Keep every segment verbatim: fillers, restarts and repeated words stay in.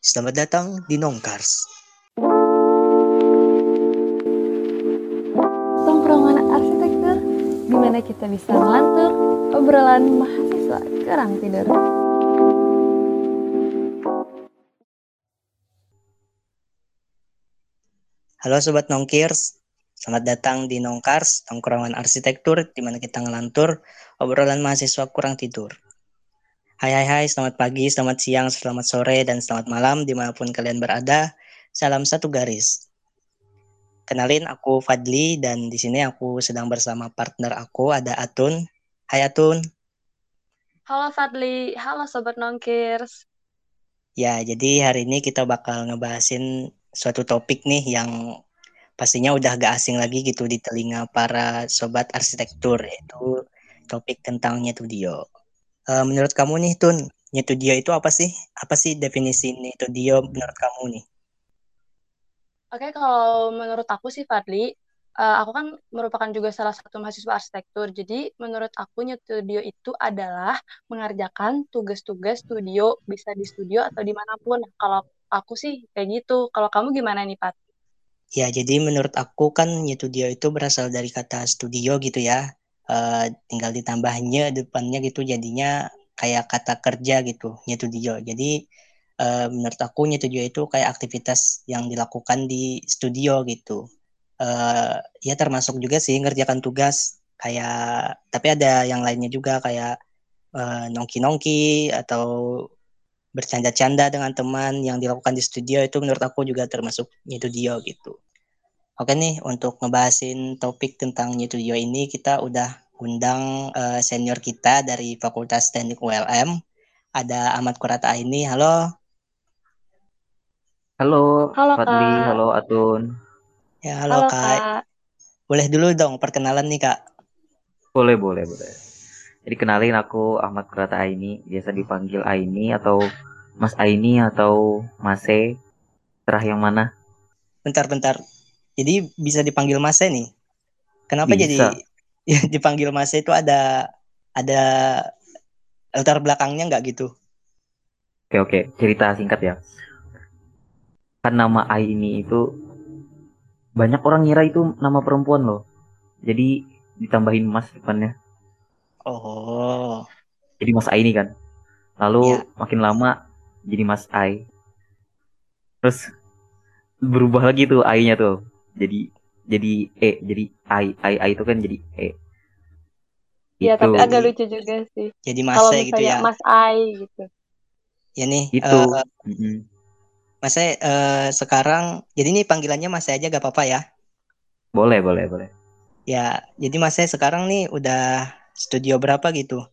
Selamat datang di Nongkars. Tongkrongan arsitektur, di mana kita bisa melantur obrolan mahasiswa kurang tidur. Halo Sobat Nongkirs, selamat datang di Nongkars, tongkrongan arsitektur, di mana kita ngelantur obrolan mahasiswa kurang tidur. Hai hai hai, selamat pagi, selamat siang, selamat sore, dan selamat malam dimanapun kalian berada. Salam satu garis. Kenalin, aku Fadli, dan di sini aku sedang bersama partner aku, ada Atun. Hai Atun. Halo Fadli, halo Sobat Nongkirs. Ya, jadi hari ini kita bakal ngebahasin suatu topik nih yang pastinya udah gak asing lagi gitu di telinga para sobat arsitektur, yaitu topik tentang Nyetudio. Uh, menurut kamu nih Tun, Nyetudio itu apa sih? Apa sih definisi Nyetudio menurut kamu nih? Oke, kalau menurut aku sih Fadli, uh, aku kan merupakan juga salah satu mahasiswa arsitektur. Jadi menurut aku Nyetudio itu adalah mengerjakan tugas-tugas studio, bisa di studio atau dimanapun. Kalau aku sih kayak gitu. Kalau kamu gimana nih, Pat? Ya, jadi menurut aku kan Nyetudio itu berasal dari kata studio gitu ya. Uh, tinggal ditambahnya depannya gitu jadinya kayak kata kerja gitu, Nyetudio. Jadi uh, menurut aku Nyetudio itu kayak aktivitas yang dilakukan di studio gitu. Uh, ya termasuk juga sih ngerjakan tugas kayak, tapi ada yang lainnya juga kayak uh, nongki-nongki atau bercanda-canda dengan teman yang dilakukan di studio, itu menurut aku juga termasuk Nyetudio gitu. Oke nih, untuk ngebahasin topik tentang Nyetudio ini, kita udah undang uh, senior kita dari Fakultas Teknik U L M. Ada Ahmad Kurata ini. Halo. Halo Halo, Fadli, Kak. halo Atun. Ya, halo Halo, Kak. Kak. Boleh dulu dong perkenalan nih Kak. Boleh, boleh, boleh. Jadi kenalin, aku Ahmad Kurata Aini, biasa dipanggil Aini atau Mas Aini atau Mase, terah yang mana? Bentar-bentar. Jadi bisa dipanggil Mase nih. Kenapa Bisa. jadi dipanggil Mase itu ada ada latar belakangnya nggak gitu? Oke, oke, cerita singkat ya. Kan nama Aini itu banyak orang ngira itu nama perempuan loh. Jadi ditambahin Mas depannya. Oh, Jadi Mas Aini kan. Lalu ya. makin lama jadi Mas Ai. Terus berubah lagi tuh I-nya tuh. Jadi jadi E, jadi I, I, I itu kan jadi E. Iya, Itu, tapi agak Jadi lucu juga sih. jadi Kalau Mase gitu misalnya ya. Mas Ai gitu. Ya nih, itu. uh, Mm-mm. Mase uh, sekarang jadi nih panggilannya Mase aja gak apa-apa ya. Boleh, boleh, boleh. Ya, jadi Mase sekarang nih udah studio berapa gitu?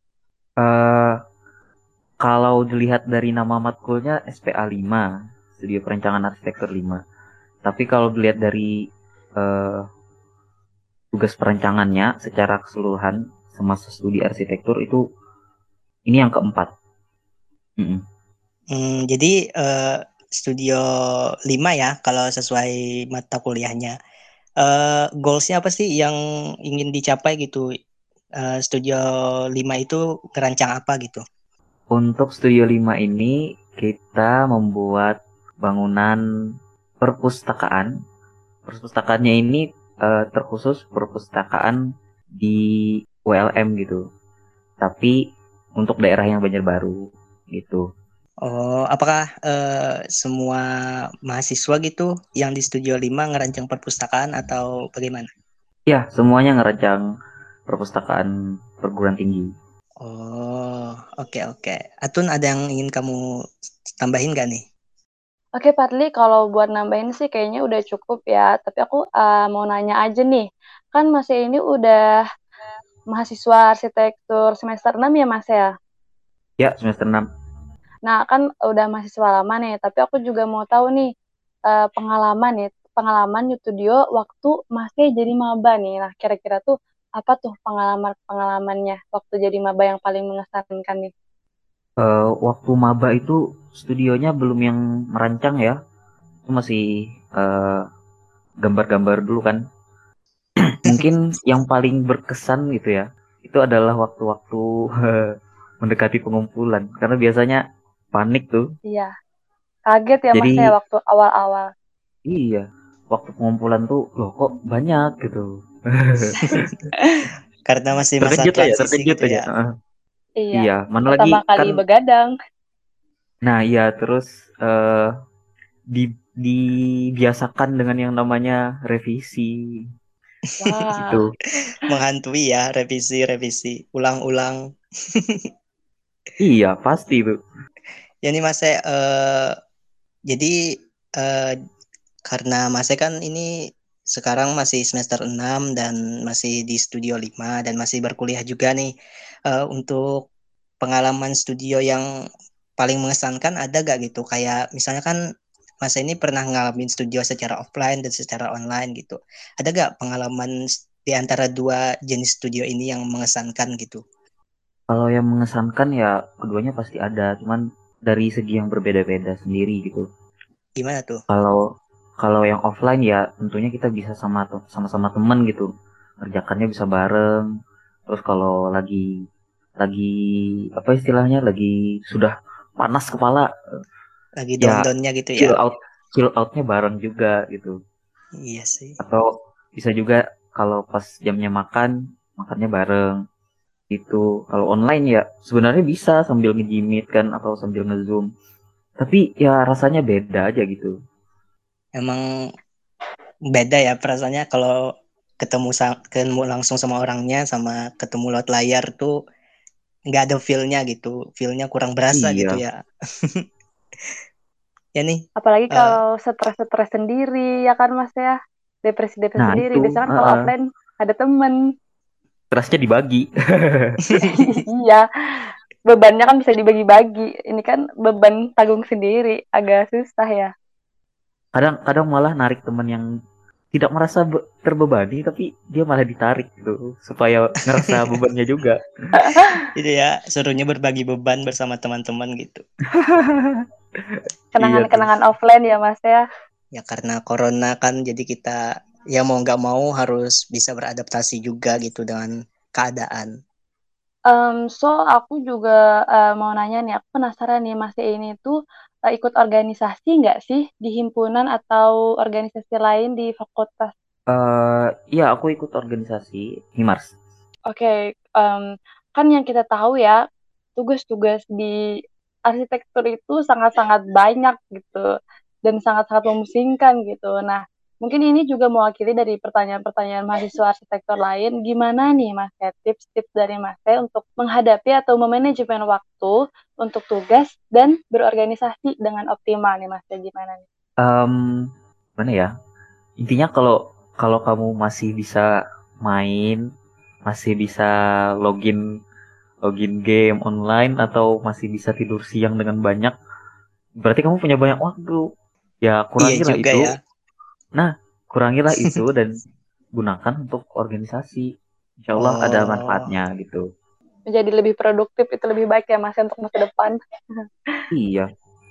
Eh kalau dilihat dari nama matkulnya S P A lima, Studio Perencangan Arsitektur lima. Tapi kalau dilihat dari eh, tugas perencangannya secara keseluruhan semasa studi arsitektur itu ini yang keempat. Mm-mm. Hmm, jadi uh, studio lima ya kalau sesuai mata kuliahnya. Uh, goalsnya apa sih yang ingin dicapai gitu? Uh, studio lima itu ngerancang apa gitu? Untuk Studio lima ini kita membuat bangunan perpustakaan. Perpustakaannya ini eh, terkhusus perpustakaan di U L M gitu. Tapi untuk daerah yang Banjarbaru gitu. Oh, apakah uh, semua mahasiswa gitu yang di studio lima ngerancang perpustakaan atau bagaimana? Ya, semuanya ngerancang perpustakaan perguruan tinggi. Oh, oke oke. Atun ada yang ingin kamu tambahin gak nih? Oke, Fadli, kalau buat nambahin sih kayaknya udah cukup ya. Tapi aku uh, mau nanya aja nih. Kan Mas ini udah mahasiswa arsitektur semester enam ya, Mas ya? Ya, semester enam. Nah, kan udah mahasiswa lama nih. Tapi aku juga mau tahu nih uh, pengalaman nih. Pengalaman Studio waktu Masnya jadi maba nih. Nah, kira-kira tuh apa tuh pengalaman-pengalamannya waktu jadi maba yang paling mengesankan nih? Eh, waktu maba itu studionya belum yang merancang ya. Itu masih eh, gambar-gambar dulu kan. Mungkin yang paling berkesan gitu ya. Itu adalah waktu-waktu mendekati pengumpulan. Karena biasanya panik tuh. Iya. Kaget ya Mas Jadi ya waktu awal-awal. iya, waktu pengumpulan tuh loh kok banyak gitu. Karena masih masa Terkejut aja, transisi terkejut gitu aja. ya. Heeh. Iya, Iya, mana lagi pertama kali kan. begadang. Nah iya, terus eh di dibiasakan dengan yang namanya revisi Wah, gitu. Menghantui ya, revisi-revisi, ulang-ulang. Iya, pasti tuh. Ya nih Mas, eh, jadi eh, karena Mas kan ini sekarang masih semester enam dan masih di studio lima dan masih berkuliah juga nih. Eh, untuk pengalaman studio yang paling mengesankan ada gak gitu? Kayak misalnya kan Mas ini pernah ngalamin studio secara offline dan secara online gitu. Ada gak pengalaman di antara dua jenis studio ini yang mengesankan gitu? Kalau yang mengesankan ya keduanya pasti ada, cuman dari segi yang berbeda-beda sendiri gitu. Gimana tuh? Kalau kalau yang offline ya tentunya kita bisa sama sama-sama teman gitu. Kerjakannya bisa bareng. Terus kalau lagi lagi apa istilahnya lagi sudah panas kepala Lagi ya down-downnya gitu ya? chill out chill outnya bareng juga gitu. Iya sih. Atau bisa juga kalau pas jamnya makan makannya bareng itu. Kalau online ya sebenarnya bisa sambil ngejimit kan atau sambil ngezoom, tapi ya rasanya beda aja gitu. Emang beda ya perasaannya kalau ketemu sa- ketemu langsung sama orangnya sama ketemu lewat layar tuh nggak ada feel-nya gitu, feel-nya kurang berasa gitu Iya, ya. Ya nih, apalagi eh, kalau stres-stres sendiri ya kan Mas ya. Depresi-depresi nah sendiri. itu Biasanya kan kalau heeh, offline ada temen. stresnya dibagi. Iya, bebannya kan bisa dibagi-bagi. Ini kan beban tanggung sendiri, agak susah ya. Kadang-kadang malah narik teman yang tidak merasa be- terbebani tapi dia malah ditarik gitu supaya ngerasa bebannya juga. itu ya suruhnya berbagi beban bersama teman-teman gitu. Iya tuh. Kenangan-kenangan offline ya Mas ya. Ya karena corona kan jadi kita ya mau nggak mau harus bisa beradaptasi juga gitu dengan keadaan. Em, so aku juga eh, mau nanya nih, aku penasaran nih Mas ini tuh eh, ikut organisasi nggak sih di himpunan atau organisasi lain di fakultas? Eh iya, aku ikut organisasi Himars. Oke, em, kan yang kita tahu ya, tugas-tugas di arsitektur itu sangat-sangat banyak gitu, dan sangat-sangat memusingkan gitu. Nah, mungkin ini juga mewakili dari pertanyaan-pertanyaan mahasiswa arsitektur lain, gimana nih Mas ya, tips-tips dari Mas ya untuk menghadapi atau memanajemen waktu untuk tugas dan berorganisasi dengan optimal nih Mas ya, gimana nih? Em, Mana ya? Intinya kalau kalau kamu masih bisa main, masih bisa login login game online atau masih bisa tidur siang dengan banyak, berarti kamu punya banyak waktu. Ya Iya kurangilah juga itu. ya. Nah, kurangilah itu dan gunakan untuk organisasi. Insya Allah ada Oh, manfaatnya gitu. Menjadi lebih produktif itu lebih baik ya Mas ya, untuk masa depan. Iya,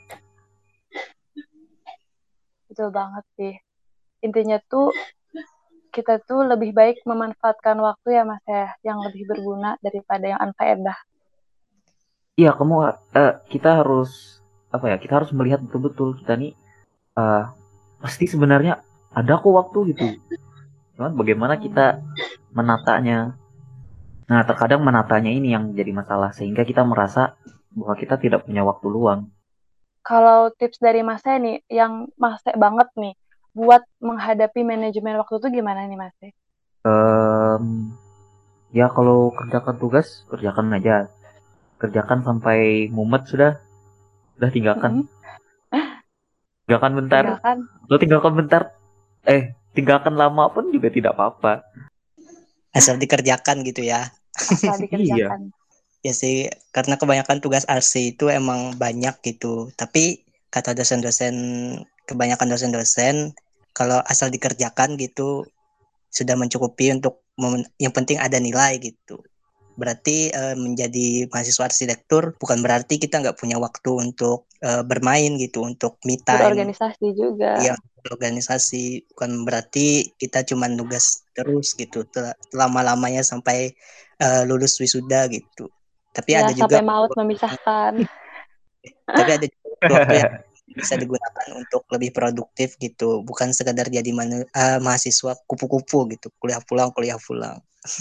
Betul banget sih. Intinya tuh kita tuh lebih baik memanfaatkan waktu ya Mas ya, yang lebih berguna daripada yang unfaedah. iya kamu eh, kita harus apa ya? Kita harus melihat betul-betul kita nih eh, pasti sebenarnya ada kok waktu gitu. Cuman bagaimana kita Hmm. menatanya. Nah, terkadang menatanya ini yang jadi masalah sehingga kita merasa bahwa kita tidak punya waktu luang. Kalau tips dari Mas saya nih, yang Mas saya banget nih, buat menghadapi manajemen waktu tuh gimana nih Mas? Em, Ya kalau kerjakan tugas, kerjakan aja. Kerjakan sampai mumet sudah, sudah tinggalkan. Mm-mm. Tinggalkan bentar. Tinggalkan, Lo tinggalkan bentar. Eh, tinggalkan lama pun juga tidak apa-apa. asal dikerjakan gitu ya. asal Iya. dikerjakan. Ya sih, karena kebanyakan tugas R C itu emang banyak gitu. Tapi kata dosen-dosen, kebanyakan dosen-dosen, kalau asal dikerjakan gitu sudah mencukupi untuk mem- yang penting ada nilai gitu. Berarti eh, menjadi mahasiswa arsitektur bukan berarti kita nggak punya waktu untuk eh, bermain gitu, untuk me time, Berorganisasi juga. yang organisasi. Bukan berarti kita cuma nugas terus gitu, tel- lama-lamanya sampai eh, lulus wisuda gitu. Tapi Ya, ada juga sampai maut memisahkan. tapi ada juga waktu-waktu yang bisa digunakan untuk lebih produktif gitu, bukan sekedar jadi manu- uh, mahasiswa kupu-kupu gitu, kuliah pulang kuliah pulang.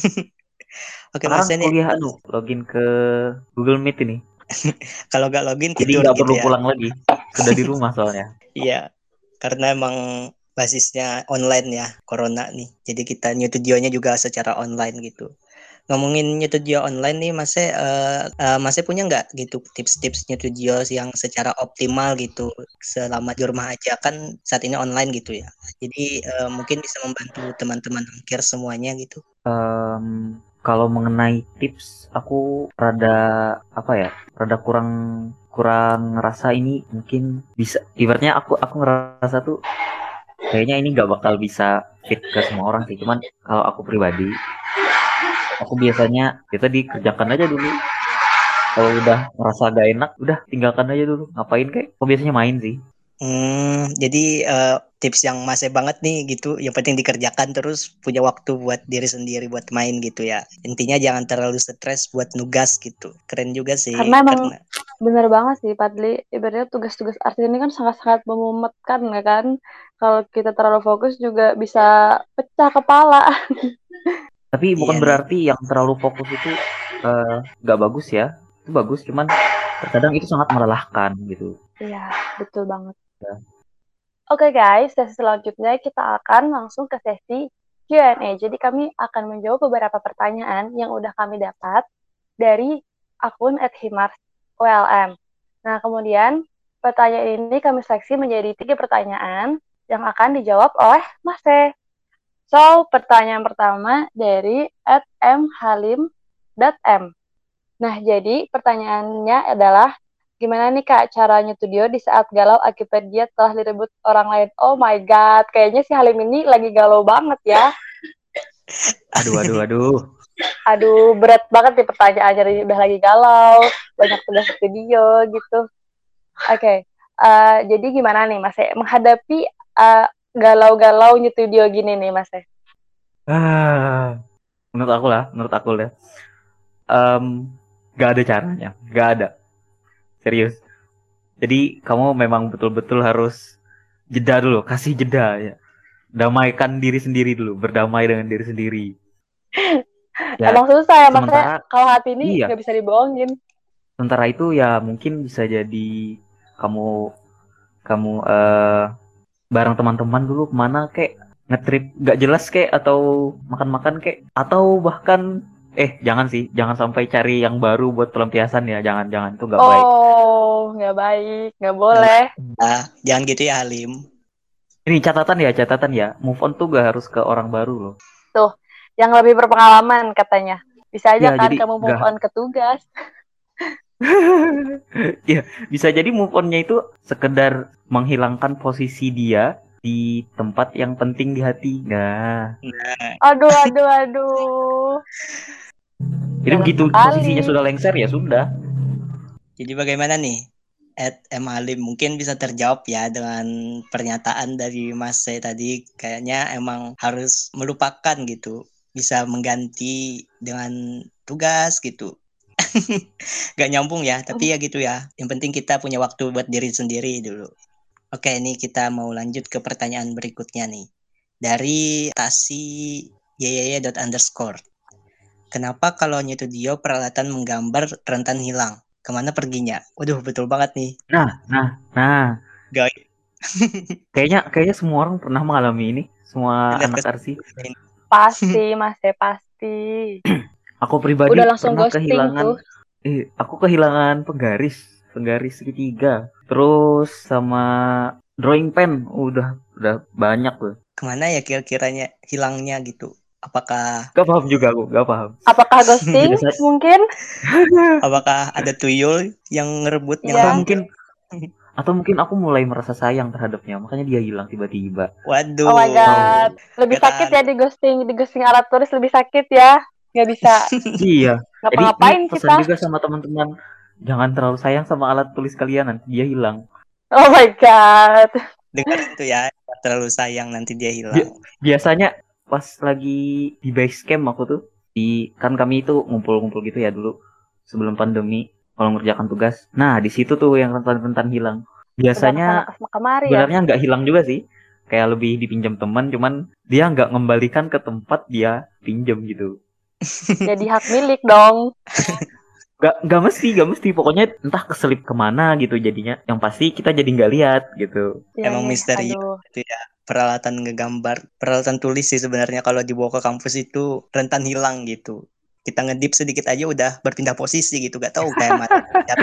Oke Mas Sekarang ini kuliah anu login ke Google Meet ini. kalau nggak login Jadi tidur nggak gitu perlu ya. pulang lagi. Sudah di rumah soalnya. Iya, karena emang basisnya online ya, corona nih. Jadi kita new studionya juga secara online gitu. Ngomongin new studio online nih, Mas, eh, eh, Mas punya nggak gitu tips-tips new studio yang secara optimal gitu selama di rumah aja kan saat ini online gitu ya. Jadi eh, mungkin bisa membantu teman-teman ungkir semuanya gitu. Um, kalau mengenai tips, aku rada apa ya, rada kurang kurang ngerasa ini mungkin bisa. Ibaratnya aku aku ngerasa tuh kayaknya ini nggak bakal bisa fit ke semua orang sih. Cuman kalau aku pribadi, aku biasanya kita dikerjakan aja dulu. Kalau udah ngerasa gak enak, udah tinggalkan aja dulu. Ngapain kayak? Aku biasanya main sih. Hmm, jadi uh, tips yang masih banget nih gitu, yang penting dikerjakan terus punya waktu buat diri sendiri buat main gitu ya. Intinya jangan terlalu stres buat nugas gitu. Keren juga sih Karena emang karena bener banget sih Padli, ibaratnya tugas-tugas artis ini kan sangat-sangat memumetkan ya kan. Kalau kita terlalu fokus juga bisa pecah kepala. Tapi bukan iya nih. berarti yang terlalu fokus itu uh, gak bagus ya. Itu bagus, cuman terkadang itu sangat melelahkan gitu. Iya, betul banget. Ya. Oke guys, sesi selanjutnya kita akan langsung ke sesi Q and A. Jadi kami akan menjawab beberapa pertanyaan yang udah kami dapat dari akun at himars O L M. Nah, kemudian pertanyaan ini kami seleksi menjadi tiga pertanyaan yang akan dijawab oleh Mas E. So, pertanyaan pertama dari at mhalim.m. Nah, jadi pertanyaannya adalah, gimana nih Kak caranya studio di saat galau akibat dia telah direbut orang lain? Oh my God, kayaknya si Halim ini lagi galau banget ya. Aduh, aduh, aduh. Aduh, berat banget nih pertanyaannya. Udah lagi galau, banyak tugas studio gitu. Oke, okay. uh, jadi gimana nih Mas E? Menghadapi uh, galau-galau new studio gini nih Mas E? Ah, menurut aku lah, menurut aku lah. Um, gak ada caranya, gak ada. Serius. Jadi kamu memang betul-betul harus jeda dulu, kasih jeda ya. Damaikan diri sendiri dulu, berdamai dengan diri sendiri. Ya, Emang susah ya Mas E, sementara kalau hati ini iya. nggak bisa dibohongin. Sementara itu ya mungkin bisa jadi kamu kamu uh, bareng teman-teman dulu kemana kayak ngetrip gak jelas kayak atau makan-makan kayak atau bahkan eh jangan sih jangan sampai cari yang baru buat pelampiasan ya jangan jangan itu gak baik. Oh, nggak baik, nggak boleh. Nah, jangan gitu ya Halim. Ini catatan ya catatan ya move on tuh gak harus ke orang baru loh. Tuh, yang lebih berpengalaman katanya. Bisa aja Ya kan jadi kamu move gak on ke tugas. ya bisa jadi move onnya itu sekedar menghilangkan posisi dia di tempat yang penting di hati. Nah, Nah, Aduh, aduh, aduh. jadi Dalam begitu posisinya sekali. sudah lengser ya sudah. jadi bagaimana nih? At M Halim mungkin bisa terjawab ya dengan pernyataan dari Mas saya tadi kayaknya emang harus melupakan gitu bisa mengganti dengan tugas gitu. Gak nyambung ya tapi ya gitu ya yang penting kita punya waktu buat diri sendiri dulu. Oke ini kita mau lanjut ke pertanyaan berikutnya nih dari tasi yeye dot underscore. Kenapa kalau new studio peralatan menggambar rentan hilang? Kemana perginya? Waduh, betul banget nih. Nah, nah, nah. Guys, Kayaknya kayaknya semua orang pernah mengalami ini, semua lihat ke anak arsi. Pasti, Mas, ya pasti. Aku pribadi Udah langsung pernah ghosting kehilangan tuh. eh aku kehilangan penggaris, penggaris segitiga. Terus sama drawing pen udah udah banyak tuh. kemana ya kira-kiranya hilangnya gitu? Apakah Gak paham juga aku, gak paham. Apakah ghosting Biasa- mungkin? apakah ada tuyul yang ngerebut yang Iya. Atau lain? mungkin atau mungkin aku mulai merasa sayang terhadapnya, makanya dia hilang tiba-tiba. Waduh. Oh my God. Lebih Kata sakit ya di ghosting. Di ghosting alat tulis lebih sakit ya. Nggak bisa Iya. Jadi ini ngapa-ngapain pesan kita. juga sama teman-teman, jangan terlalu sayang sama alat tulis kalian nanti dia hilang. Oh my God. dengerin tuh ya, jangan terlalu sayang nanti dia Bi- hilang. biasanya pas lagi di base camp aku tuh di kan kami itu ngumpul-ngumpul gitu ya dulu sebelum pandemi kalau ngerjakan tugas. Nah di situ tuh yang rentan-rentan hilang. Biasanya kesana kemari ya. sebenarnya nggak hilang juga sih. Kayak lebih dipinjam teman, cuman dia nggak ngembalikan ke tempat dia pinjam gitu. Jadi hak milik dong. Gak, gak mesti, gak mesti. Pokoknya entah keselip kemana gitu jadinya. Yang pasti kita jadi nggak lihat gitu. Iya Emang nih, misterius aduh. itu ya. Peralatan ngegambar, peralatan tulis sih sebenarnya kalau dibawa ke kampus itu rentan hilang gitu. Kita ngedip sedikit aja udah berpindah posisi gitu, gak tahu kayak mana.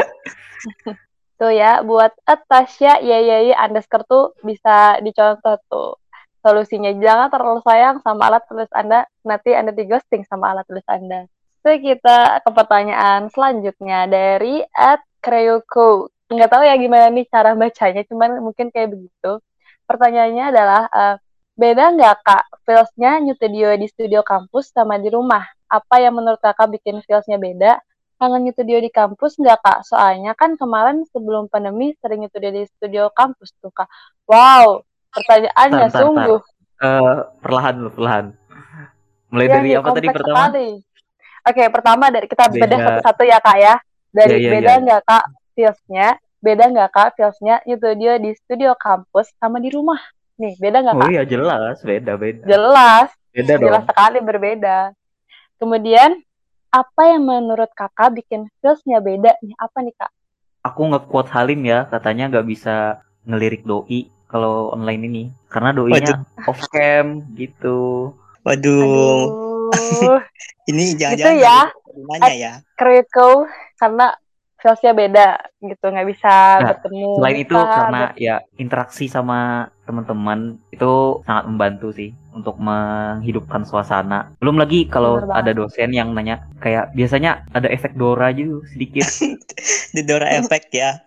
Tuh ya, buat Tasya Yeyeyi underscore tuh bisa dicontoh tuh solusinya. Jangan terlalu sayang sama alat tulis Anda, nanti Anda di ghosting sama alat tulis Anda. So, kita ke pertanyaan selanjutnya dari at Kreyoko. Nggak tahu ya gimana nih cara bacanya, cuman mungkin kayak begitu. Pertanyaannya adalah, uh, beda nggak Kak feels-nya nyustudio di studio kampus sama di rumah? Apa yang menurut Kakak bikin feels-nya beda? Kangen studio di kampus nggak Kak? Soalnya kan kemarin sebelum pandemi sering studio di studio kampus tuh Kak. Wow, pertanyaannya Ntar, ntar, ntar. sungguh. Uh, perlahan dulu, perlahan. Mulai Ya dari nih, apa tadi kompleks pertama? sekali. Oke, pertama dari kita Beda. bedah satu-satu ya Kak ya. Dari Ya, ya, beda ya. nggak Kak feels-nya? Beda nggak Kak feels-nya studio di studio kampus sama di rumah? Nih, beda nggak Oh Kak? iya, jelas. Beda, beda. Jelas. Beda Jelas dong. sekali berbeda. Kemudian, apa yang menurut Kakak bikin feels-nya beda nih? Apa nih Kak? Aku nge-quote Halim ya, katanya nggak bisa ngelirik doi kalau online ini. Karena doinya Waduh, off cam gitu. waduh. Aduh, Ini gitu jangan-jangan ya. dari rumahnya ya. Kriko karena feelsnya beda gitu, nggak bisa Nah, bertemu selain itu muka. karena ber- ya interaksi sama teman-teman itu sangat membantu sih untuk menghidupkan suasana. Belum lagi kalau Bener ada banget. dosen yang nanya kayak biasanya ada efek Dora gitu sedikit. The Dora Effect ya.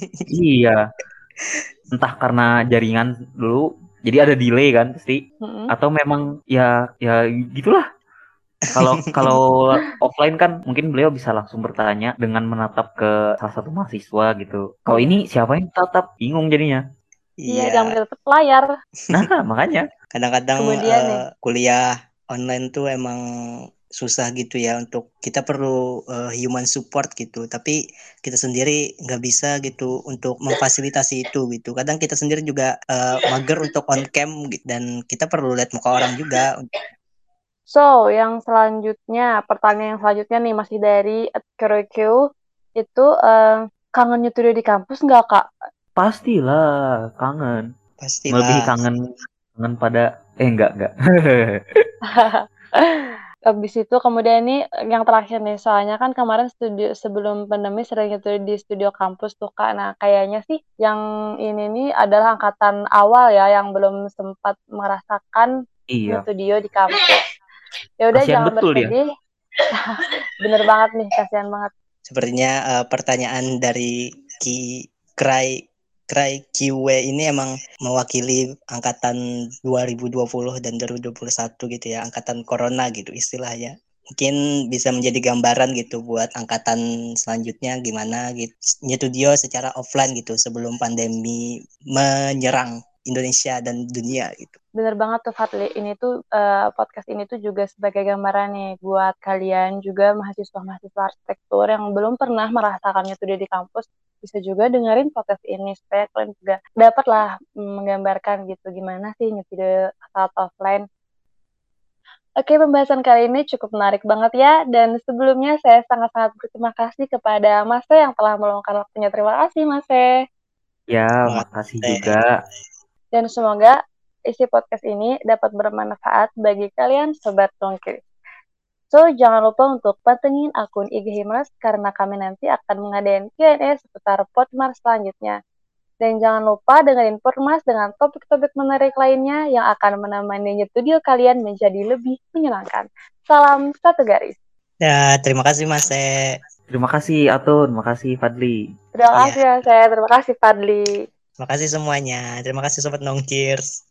Iya, entah karena jaringan dulu jadi ada delay kan pasti Mm-mm. atau memang ya ya gitulah. Kalau kalau offline kan mungkin beliau bisa langsung bertanya dengan menatap ke salah satu mahasiswa gitu. Kalau Iya. ini siapa yang tatap? Bingung jadinya. Iya, Iya, jangan tetap layar. Nah, makanya. kadang-kadang Kemudian nih, eh, kuliah online tuh emang susah gitu ya untuk kita perlu eh, human support gitu. Tapi kita sendiri nggak bisa gitu untuk memfasilitasi itu gitu. Kadang kita sendiri juga eh, mager untuk on cam gitu, dan kita perlu lihat muka orang juga. so yang selanjutnya, pertanyaan yang selanjutnya nih masih dari Kriko itu eh, kangen nyuturio di kampus nggak Kak? Pastilah kangen. Melebihi Pastilah. kangen kangen pada eh enggak enggak. Habis itu kemudian ini yang terakhir nih, soalnya kan kemarin studio sebelum pandemi sering itu di studio kampus tuh Kak. Nah, kayaknya sih yang ini nih adalah angkatan awal ya yang belum sempat merasakan Iya, studio di kampus. Ya udah kasihan jangan betul dia. bersedih. Bener banget nih, kasihan banget. Sepertinya eh, pertanyaan dari Ki Krai Krai Kiwe ini emang mewakili angkatan dua ribu dua puluh dan dua ribu dua puluh satu gitu ya, angkatan corona gitu istilahnya. Mungkin bisa menjadi gambaran gitu buat angkatan selanjutnya gimana gitu. Studio secara offline gitu sebelum pandemi menyerang Indonesia dan dunia gitu. Bener banget tuh Fadli, ini tuh uh, podcast ini tuh juga sebagai gambaran nih buat kalian juga mahasiswa-mahasiswa arsitektur yang belum pernah merasakannya tuh di kampus, bisa juga dengerin podcast ini supaya kalian juga dapatlah menggambarkan gitu gimana sih nyuti saat offline. Oke, pembahasan kali ini cukup menarik banget ya, dan sebelumnya saya sangat-sangat berterima kasih kepada Mas E yang telah meluangkan waktunya. Terima kasih Mas E. Ya, Terima makasih kasih. juga. Dan semoga isi podcast ini dapat bermanfaat bagi kalian Sobat Tongkir. So, jangan lupa untuk pantengin akun I G Himars karena kami nanti akan mengadain Q and A seputar Podmars selanjutnya. Dan jangan lupa dengerin Podmars dengan topik-topik menarik lainnya yang akan menemani studio kalian menjadi lebih menyenangkan. Salam satu garis. Ya, terima kasih Mas E. Terima kasih Atun, terima kasih Fadli. Terima Ya. kasih ya saya, terima kasih Fadli. Terima kasih semuanya. Terima kasih Sobat Nongkirs.